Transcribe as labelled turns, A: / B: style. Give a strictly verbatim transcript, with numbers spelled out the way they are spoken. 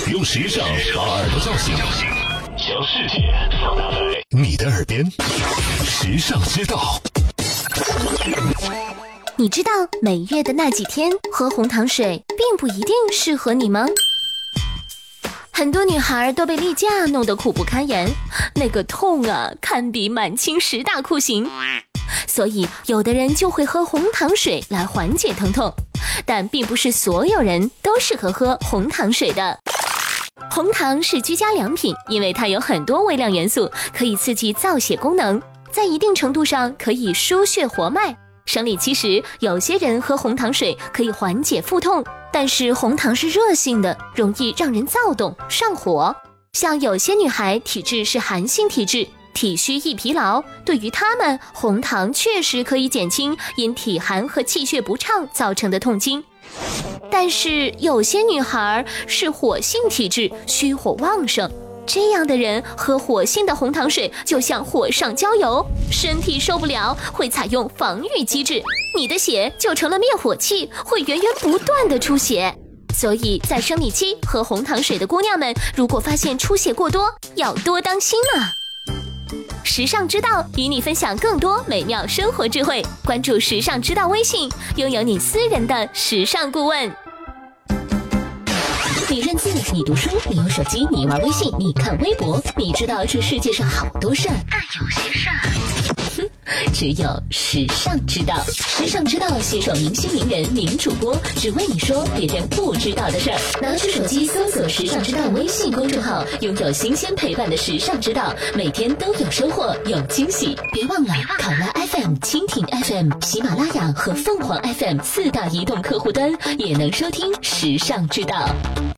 A: 用时尚把耳朵叫醒，将世界放大在你的耳边。时尚之道。
B: 你知道每月的那几天喝红糖水并不一定适合你吗？很多女孩都被例假弄得苦不堪言，那个痛啊，堪比满清十大酷刑。所以有的人就会喝红糖水来缓解疼痛，但并不是所有人都适合喝红糖水的。红糖是居家良品，因为它有很多微量元素，可以刺激造血功能，在一定程度上可以输血活脉。生理期时，有些人喝红糖水可以缓解腹痛，但是红糖是热性的，容易让人躁动上火。像有些女孩体质是寒性体质，体虚易疲劳，对于她们，红糖确实可以减轻因体寒和气血不畅造成的痛经。但是有些女孩是火性体质，虚火旺盛，这样的人喝火性的红糖水就像火上浇油，身体受不了，会采用防御机制，你的血就成了灭火器，会源源不断的出血。所以在生理期喝红糖水的姑娘们，如果发现出血过多，要多当心啊。时尚之道与你分享更多美妙生活智慧，关注时尚之道微信，拥有你私人的时尚顾问。你认字，你读书，你有手机，你玩微信，你看微博，你知道这世界上好多事儿，但有些事儿只有时尚知道。时尚知道携手明星名人名主播，只为你说别人不知道的事儿。拿出手机搜索时尚知道微信公众号，拥有新鲜陪伴的时尚知道，每天都有收获，有惊喜。别忘了考拉 F M、蜻蜓 F M、喜马拉雅和凤凰 F M 四大移动客户端也能收听时尚知道。